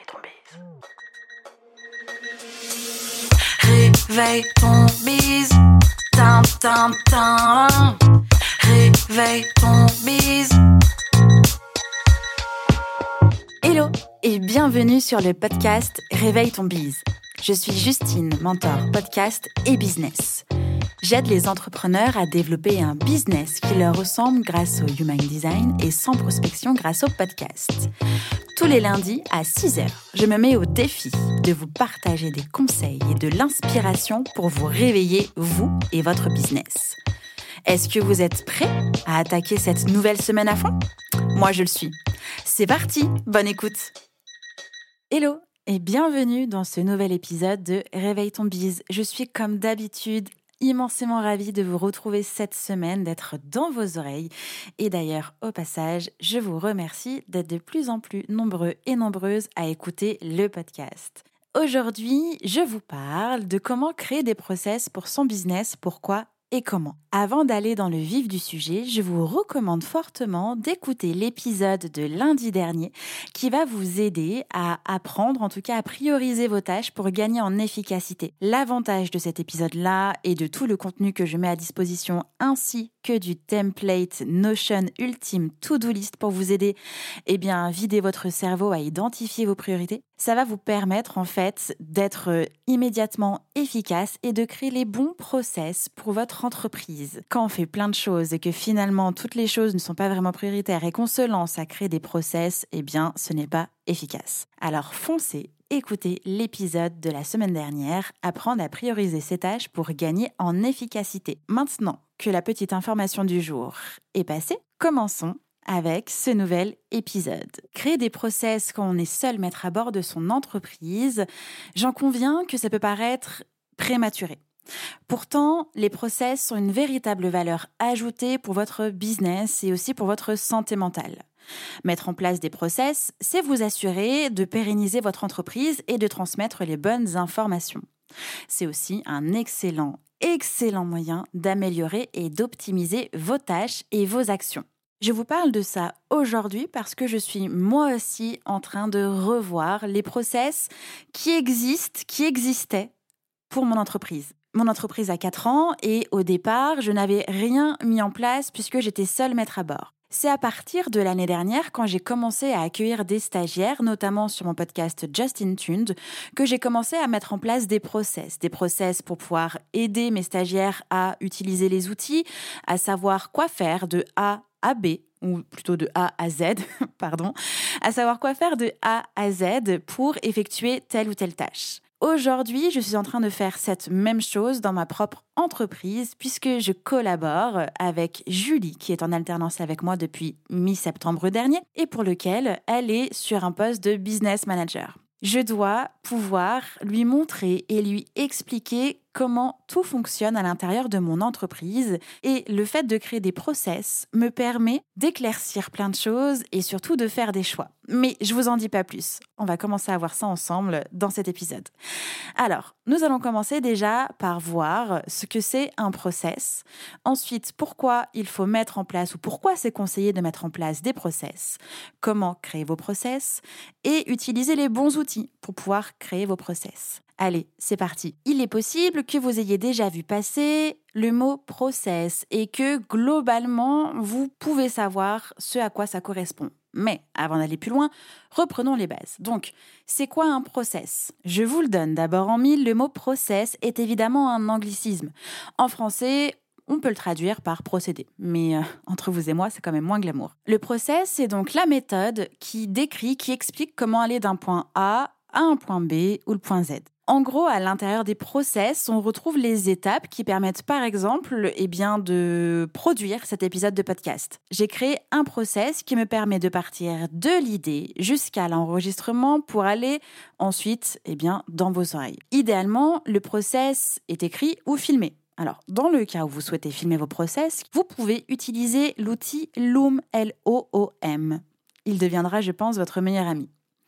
Réveille ton bise, tin tin tin. Réveille ton bise. Hello et bienvenue sur le podcast Réveille ton bise. Je suis Justine, mentor podcast et business. J'aide les entrepreneurs à développer un business qui leur ressemble grâce au Human Design et sans prospection grâce au podcast. Tous les lundis à 6h, je me mets au défi de vous partager des conseils et de l'inspiration pour vous réveiller, vous et votre business. Est-ce que vous êtes prêts à attaquer cette nouvelle semaine à fond ? Moi, je le suis. C'est parti, bonne écoute. Hello et bienvenue dans ce nouvel épisode de Réveille ton bise. Je suis comme d'habitude immensément ravie de vous retrouver cette semaine, d'être dans vos oreilles. Et d'ailleurs, au passage, je vous remercie d'être de plus en plus nombreux et nombreuses à écouter le podcast. Aujourd'hui, je vous parle de comment créer des process pour son business, pourquoi et comment. Avant d'aller dans le vif du sujet, je vous recommande fortement d'écouter l'épisode de lundi dernier qui va vous aider à apprendre, en tout cas à prioriser vos tâches pour gagner en efficacité. L'avantage de cet épisode-là et de tout le contenu que je mets à disposition ainsi que du template Notion Ultime To-Do List pour vous aider à vider votre cerveau, à identifier vos priorités, ça va vous permettre en fait d'être immédiatement efficace et de créer les bons process pour votre entreprise. Quand on fait plein de choses et que finalement toutes les choses ne sont pas vraiment prioritaires et qu'on se lance à créer des process, ce n'est pas efficace. Alors foncez, écoutez l'épisode de la semaine dernière, apprendre à prioriser ses tâches pour gagner en efficacité. Maintenant que la petite information du jour est passée, commençons avec ce nouvel épisode. Créer des process quand on est seul maître à bord de son entreprise, j'en conviens que ça peut paraître prématuré. Pourtant, les process sont une véritable valeur ajoutée pour votre business et aussi pour votre santé mentale. Mettre en place des process, c'est vous assurer de pérenniser votre entreprise et de transmettre les bonnes informations. C'est aussi un excellent moyen d'améliorer et d'optimiser vos tâches et vos actions. Je vous parle de ça aujourd'hui parce que je suis moi aussi en train de revoir les process qui existaient pour mon entreprise. Mon entreprise a 4 ans et au départ, je n'avais rien mis en place puisque j'étais seule maître à bord. C'est à partir de l'année dernière, quand j'ai commencé à accueillir des stagiaires, notamment sur mon podcast Justin Tuned, que j'ai commencé à mettre en place des process pour pouvoir aider mes stagiaires à utiliser les outils, à savoir quoi faire de A à B, ou plutôt de A à Z, à savoir quoi faire de A à Z pour effectuer telle ou telle tâche. Aujourd'hui, je suis en train de faire cette même chose dans ma propre entreprise puisque je collabore avec Julie qui est en alternance avec moi depuis mi-septembre dernier et pour lequel elle est sur un poste de business manager. Je dois pouvoir lui montrer et lui expliquer comment tout fonctionne à l'intérieur de mon entreprise et le fait de créer des process me permet d'éclaircir plein de choses et surtout de faire des choix. Mais je vous en dis pas plus. On va commencer à voir ça ensemble dans cet épisode. Alors, nous allons commencer déjà par voir ce que c'est un process. Ensuite, pourquoi il faut mettre en place ou pourquoi c'est conseillé de mettre en place des process. Comment créer vos process et utiliser les bons outils pour pouvoir créer vos process. Allez, c'est parti. Il est possible que vous ayez déjà vu passer le mot process et que globalement, vous pouvez savoir ce à quoi ça correspond. Mais avant d'aller plus loin, reprenons les bases. Donc, c'est quoi un process ? Je vous le donne d'abord en mille. Le mot process est évidemment un anglicisme. En français, on peut le traduire par procédé, mais entre vous et moi, c'est quand même moins glamour. Le process, c'est donc la méthode qui explique comment aller d'un point A à un point B ou le point Z. En gros, à l'intérieur des process, on retrouve les étapes qui permettent par exemple de produire cet épisode de podcast. J'ai créé un process qui me permet de partir de l'idée jusqu'à l'enregistrement pour aller ensuite dans vos oreilles. Idéalement, le process est écrit ou filmé. Alors, dans le cas où vous souhaitez filmer vos process, vous pouvez utiliser l'outil Loom, L-O-O-M. Il deviendra, je pense, votre meilleur ami.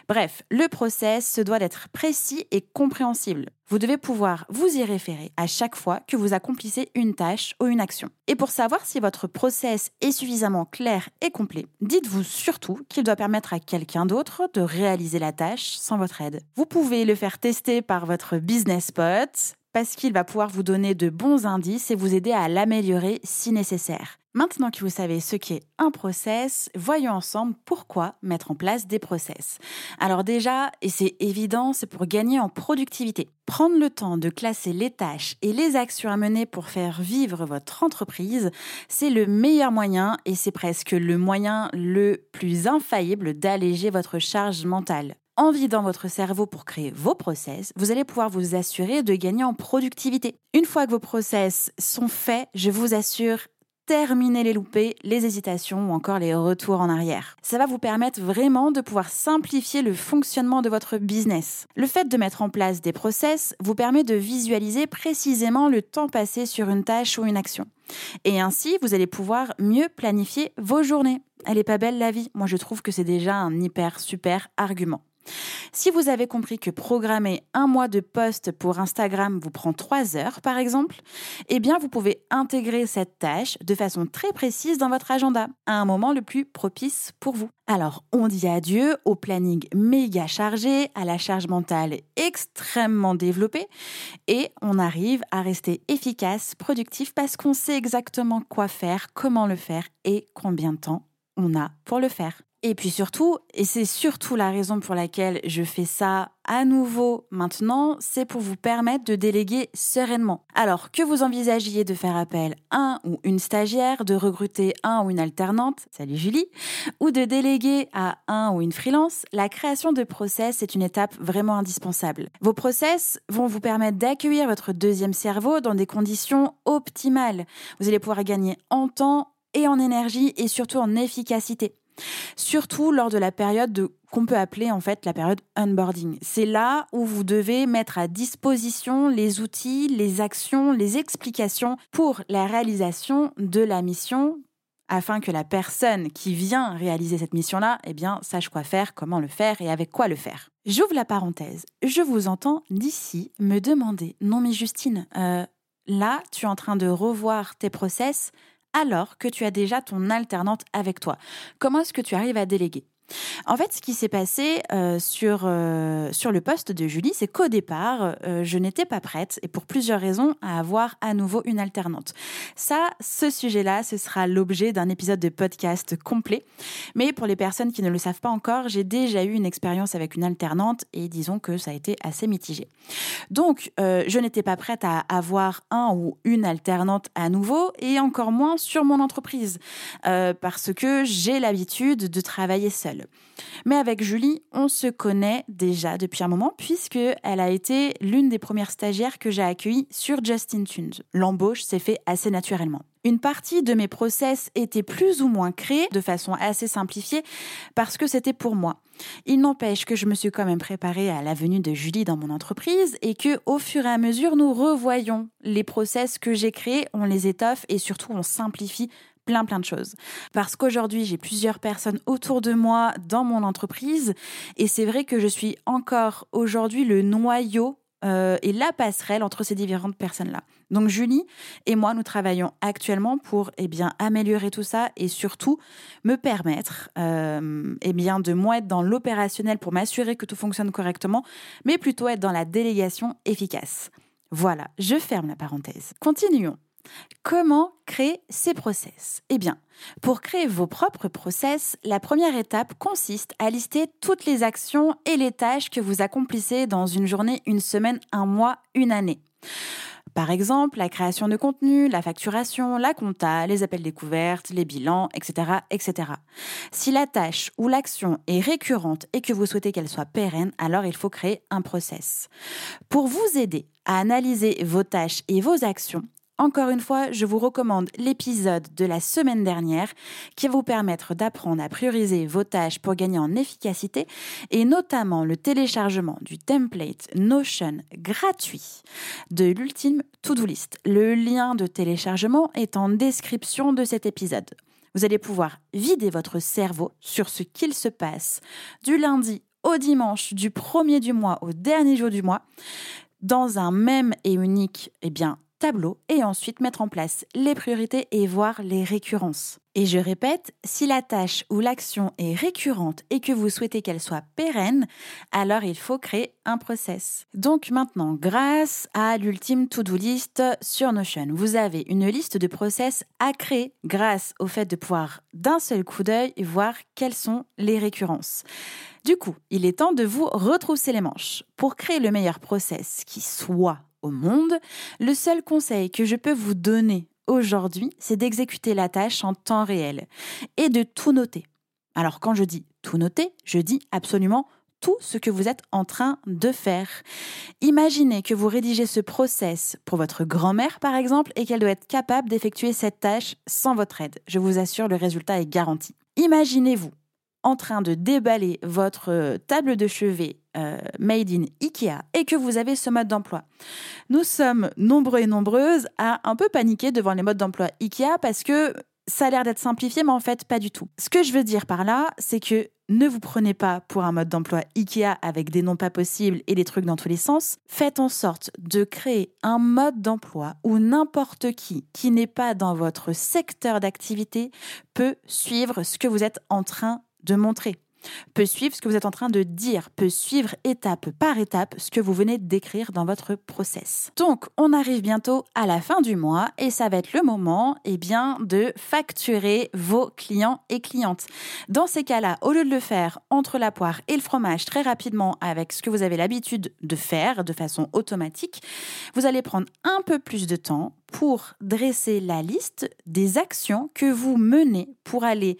Bref, le process se doit d'être précis et compréhensible. Vous devez pouvoir vous y référer à chaque fois que vous accomplissez une tâche ou une action. Et pour savoir si votre process est suffisamment clair et complet, dites-vous surtout qu'il doit permettre à quelqu'un d'autre de réaliser la tâche sans votre aide. Vous pouvez le faire tester par votre business spot, parce qu'il va pouvoir vous donner de bons indices et vous aider à l'améliorer si nécessaire. Maintenant que vous savez ce qu'est un process, voyons ensemble pourquoi mettre en place des process. Alors déjà, et c'est évident, c'est pour gagner en productivité. Prendre le temps de classer les tâches et les actions à mener pour faire vivre votre entreprise, c'est le meilleur moyen et c'est presque le moyen le plus infaillible d'alléger votre charge mentale. En vidant votre cerveau pour créer vos process, vous allez pouvoir vous assurer de gagner en productivité. Une fois que vos process sont faits, je vous assure, terminez les loupés, les hésitations ou encore les retours en arrière. Ça va vous permettre vraiment de pouvoir simplifier le fonctionnement de votre business. Le fait de mettre en place des process vous permet de visualiser précisément le temps passé sur une tâche ou une action. Et ainsi, vous allez pouvoir mieux planifier vos journées. Elle est pas belle la vie? Moi, je trouve que c'est déjà un hyper super argument. Si vous avez compris que programmer un mois de post pour Instagram vous prend 3 heures, par exemple, eh bien, vous pouvez intégrer cette tâche de façon très précise dans votre agenda, à un moment le plus propice pour vous. Alors, on dit adieu au planning méga chargé, à la charge mentale extrêmement développée, et on arrive à rester efficace, productif, parce qu'on sait exactement quoi faire, comment le faire et combien de temps on a pour le faire. Et puis surtout, et c'est surtout la raison pour laquelle je fais ça à nouveau maintenant, c'est pour vous permettre de déléguer sereinement. Alors que vous envisagiez de faire appel à un ou une stagiaire, de recruter un ou une alternante, salut Julie, ou de déléguer à un ou une freelance, la création de process est une étape vraiment indispensable. Vos process vont vous permettre d'accueillir votre deuxième cerveau dans des conditions optimales. Vous allez pouvoir gagner en temps et en énergie et surtout en efficacité. Surtout lors de la période qu'on peut appeler en fait la période onboarding. C'est là où vous devez mettre à disposition les outils, les actions, les explications pour la réalisation de la mission afin que la personne qui vient réaliser cette mission-là, sache quoi faire, comment le faire et avec quoi le faire. J'ouvre la parenthèse. Je vous entends d'ici me demander, non mais Justine, là tu es en train de revoir tes process alors que tu as déjà ton alternante avec toi. Comment est-ce que tu arrives à déléguer ? En fait, ce qui s'est passé sur le poste de Julie, c'est qu'au départ, je n'étais pas prête, et pour plusieurs raisons, à avoir à nouveau une alternante. Ce sujet-là, ce sera l'objet d'un épisode de podcast complet. Mais pour les personnes qui ne le savent pas encore, j'ai déjà eu une expérience avec une alternante, et disons que ça a été assez mitigé. Donc, je n'étais pas prête à avoir un ou une alternante à nouveau, et encore moins sur mon entreprise, parce que j'ai l'habitude de travailler seule. Mais avec Julie, on se connaît déjà depuis un moment puisqu'elle a été l'une des premières stagiaires que j'ai accueillies sur Justin Tunes. L'embauche s'est fait assez naturellement. Une partie de mes process était plus ou moins créée de façon assez simplifiée parce que c'était pour moi. Il n'empêche que je me suis quand même préparée à la venue de Julie dans mon entreprise et que, au fur et à mesure, nous revoyons les process que j'ai créés, on les étoffe et surtout on simplifie plein de choses. Parce qu'aujourd'hui, j'ai plusieurs personnes autour de moi dans mon entreprise et c'est vrai que je suis encore aujourd'hui le noyau et la passerelle entre ces différentes personnes-là. Donc Julie et moi, nous travaillons actuellement pour améliorer tout ça et surtout me permettre de moins être dans l'opérationnel pour m'assurer que tout fonctionne correctement, mais plutôt être dans la délégation efficace. Voilà, je ferme la parenthèse. Continuons. Comment créer ces process ? Pour créer vos propres process, la première étape consiste à lister toutes les actions et les tâches que vous accomplissez dans une journée, une semaine, un mois, une année. Par exemple, la création de contenu, la facturation, la compta, les appels découvertes, les bilans, etc., etc. Si la tâche ou l'action est récurrente et que vous souhaitez qu'elle soit pérenne, alors il faut créer un process. Pour vous aider à analyser vos tâches et vos actions, encore une fois, je vous recommande l'épisode de la semaine dernière qui va vous permettre d'apprendre à prioriser vos tâches pour gagner en efficacité et notamment le téléchargement du template Notion gratuit de l'ultime to-do list. Le lien de téléchargement est en description de cet épisode. Vous allez pouvoir vider votre cerveau sur ce qu'il se passe du lundi au dimanche du premier du mois au dernier jour du mois dans un même et unique tableau et ensuite mettre en place les priorités et voir les récurrences. Et je répète, si la tâche ou l'action est récurrente et que vous souhaitez qu'elle soit pérenne, alors il faut créer un process. Donc maintenant, grâce à l'ultime to-do list sur Notion, vous avez une liste de process à créer grâce au fait de pouvoir d'un seul coup d'œil voir quelles sont les récurrences. Du coup, il est temps de vous retrousser les manches. Pour créer le meilleur process qui soit au monde, le seul conseil que je peux vous donner aujourd'hui, c'est d'exécuter la tâche en temps réel et de tout noter. Alors quand je dis tout noter, je dis absolument tout ce que vous êtes en train de faire. Imaginez que vous rédigez ce process pour votre grand-mère par exemple et qu'elle doit être capable d'effectuer cette tâche sans votre aide. Je vous assure, le résultat est garanti. Imaginez-vous en train de déballer votre table de chevet made in Ikea et que vous avez ce mode d'emploi. Nous sommes nombreux et nombreuses à un peu paniquer devant les modes d'emploi Ikea parce que ça a l'air d'être simplifié, mais en fait, pas du tout. Ce que je veux dire par là, c'est que ne vous prenez pas pour un mode d'emploi Ikea avec des noms pas possibles et des trucs dans tous les sens. Faites en sorte de créer un mode d'emploi où n'importe qui n'est pas dans votre secteur d'activité peut suivre ce que vous êtes en train de montrer, peut suivre ce que vous êtes en train de dire, peut suivre étape par étape ce que vous venez de décrire dans votre process. Donc, on arrive bientôt à la fin du mois et ça va être le moment de facturer vos clients et clientes. Dans ces cas-là, au lieu de le faire entre la poire et le fromage très rapidement avec ce que vous avez l'habitude de faire de façon automatique, vous allez prendre un peu plus de temps pour dresser la liste des actions que vous menez pour aller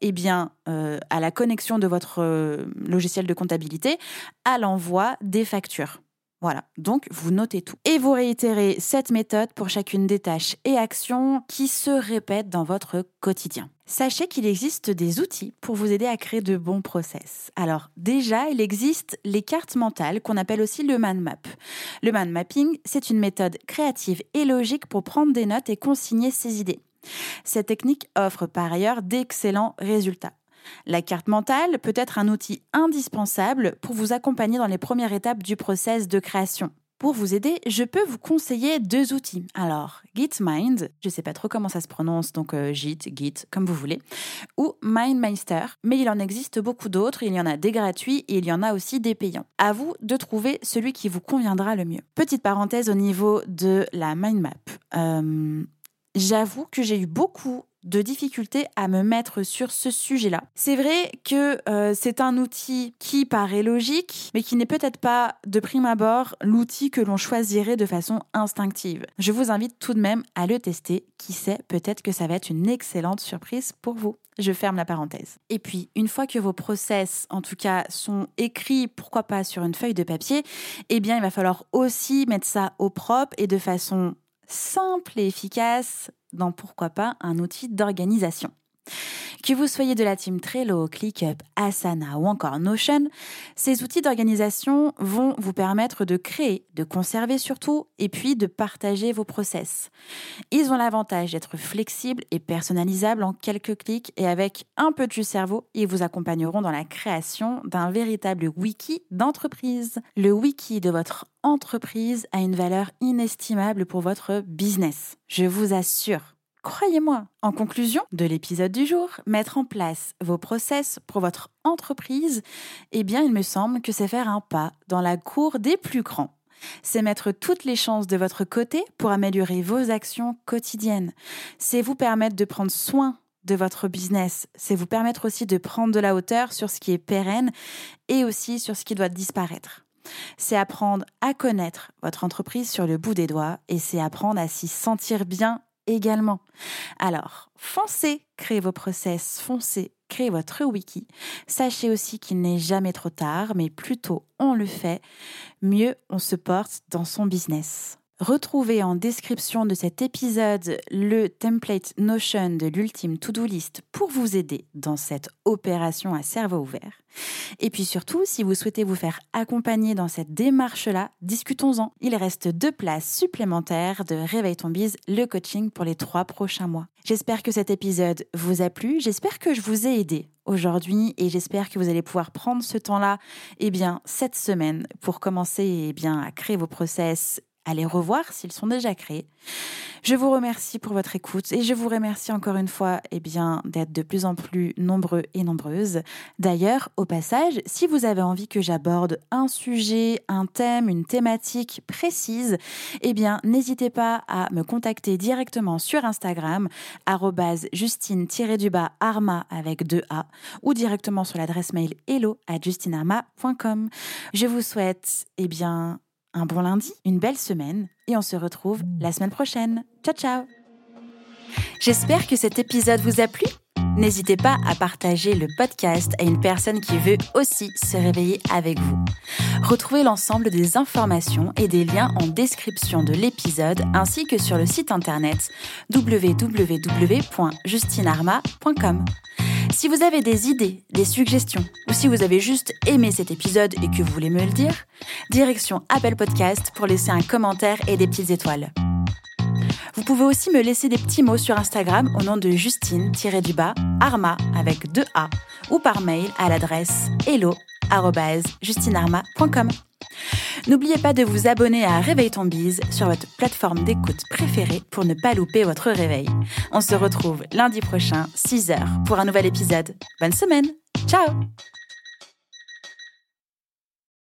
à la connexion de votre logiciel de comptabilité, à l'envoi des factures. Voilà, donc vous notez tout. Et vous réitérez cette méthode pour chacune des tâches et actions qui se répètent dans votre quotidien. Sachez qu'il existe des outils pour vous aider à créer de bons process. Alors déjà, il existe les cartes mentales qu'on appelle aussi le mind map. Le mind mapping, c'est une méthode créative et logique pour prendre des notes et consigner ses idées. Cette technique offre par ailleurs d'excellents résultats. La carte mentale peut être un outil indispensable pour vous accompagner dans les premières étapes du process de création. Pour vous aider, je peux vous conseiller 2 outils. Alors, Gitmind, je ne sais pas trop comment ça se prononce, donc Git, comme vous voulez, ou MindMeister, mais il en existe beaucoup d'autres, il y en a des gratuits et il y en a aussi des payants. À vous de trouver celui qui vous conviendra le mieux. Petite parenthèse au niveau de la mind map. J'avoue que j'ai eu beaucoup de difficultés à me mettre sur ce sujet-là. C'est vrai que c'est un outil qui paraît logique, mais qui n'est peut-être pas, de prime abord, l'outil que l'on choisirait de façon instinctive. Je vous invite tout de même à le tester. Qui sait, peut-être que ça va être une excellente surprise pour vous. Je ferme la parenthèse. Et puis, une fois que vos process, en tout cas, sont écrits, pourquoi pas sur une feuille de papier, il va falloir aussi mettre ça au propre et de façon simple et efficace dans pourquoi pas un outil d'organisation. Que vous soyez de la team Trello, ClickUp, Asana ou encore Notion, ces outils d'organisation vont vous permettre de créer, de conserver surtout, et puis de partager vos process. Ils ont l'avantage d'être flexibles et personnalisables en quelques clics et avec un peu de cerveau, ils vous accompagneront dans la création d'un véritable wiki d'entreprise. Le wiki de votre entreprise a une valeur inestimable pour votre business. Je vous assure. Croyez-moi. En conclusion de l'épisode du jour, mettre en place vos process pour votre entreprise, il me semble que c'est faire un pas dans la cour des plus grands. C'est mettre toutes les chances de votre côté pour améliorer vos actions quotidiennes. C'est vous permettre de prendre soin de votre business. C'est vous permettre aussi de prendre de la hauteur sur ce qui est pérenne et aussi sur ce qui doit disparaître. C'est apprendre à connaître votre entreprise sur le bout des doigts et c'est apprendre à s'y sentir bien également. Alors, foncez, créez vos process, foncez, créez votre wiki. Sachez aussi qu'il n'est jamais trop tard, mais plus tôt on le fait, mieux on se porte dans son business. Retrouvez en description de cet épisode le template Notion de l'ultime to-do list pour vous aider dans cette opération à cerveau ouvert. Et puis surtout, si vous souhaitez vous faire accompagner dans cette démarche-là, discutons-en. Il reste 2 places supplémentaires de Réveille ton Biz, le coaching pour les 3 prochains mois. J'espère que cet épisode vous a plu, j'espère que je vous ai aidé aujourd'hui et j'espère que vous allez pouvoir prendre ce temps-là, cette semaine pour commencer à créer vos process, à les revoir s'ils sont déjà créés. Je vous remercie pour votre écoute et je vous remercie encore une fois d'être de plus en plus nombreux et nombreuses. D'ailleurs, au passage, si vous avez envie que j'aborde un sujet, un thème, une thématique précise, n'hésitez pas à me contacter directement sur Instagram, @justine_arma avec 2 A, ou directement sur l'adresse mail hello@justinarma.com. Je vous souhaite, un bon lundi, une belle semaine et on se retrouve la semaine prochaine. Ciao, ciao! J'espère que cet épisode vous a plu. N'hésitez pas à partager le podcast à une personne qui veut aussi se réveiller avec vous. Retrouvez l'ensemble des informations et des liens en description de l'épisode ainsi que sur le site internet www.justinarma.com. Si vous avez des idées, des suggestions, ou si vous avez juste aimé cet épisode et que vous voulez me le dire, direction Apple Podcast pour laisser un commentaire et des petites étoiles. Vous pouvez aussi me laisser des petits mots sur Instagram au nom de Justine_Arma avec 2 A ou par mail à l'adresse hello@justinarma.com. N'oubliez pas de vous abonner à Réveille ton Biz sur votre plateforme d'écoute préférée pour ne pas louper votre réveil. On se retrouve lundi prochain, 6h, pour un nouvel épisode. Bonne semaine. Ciao!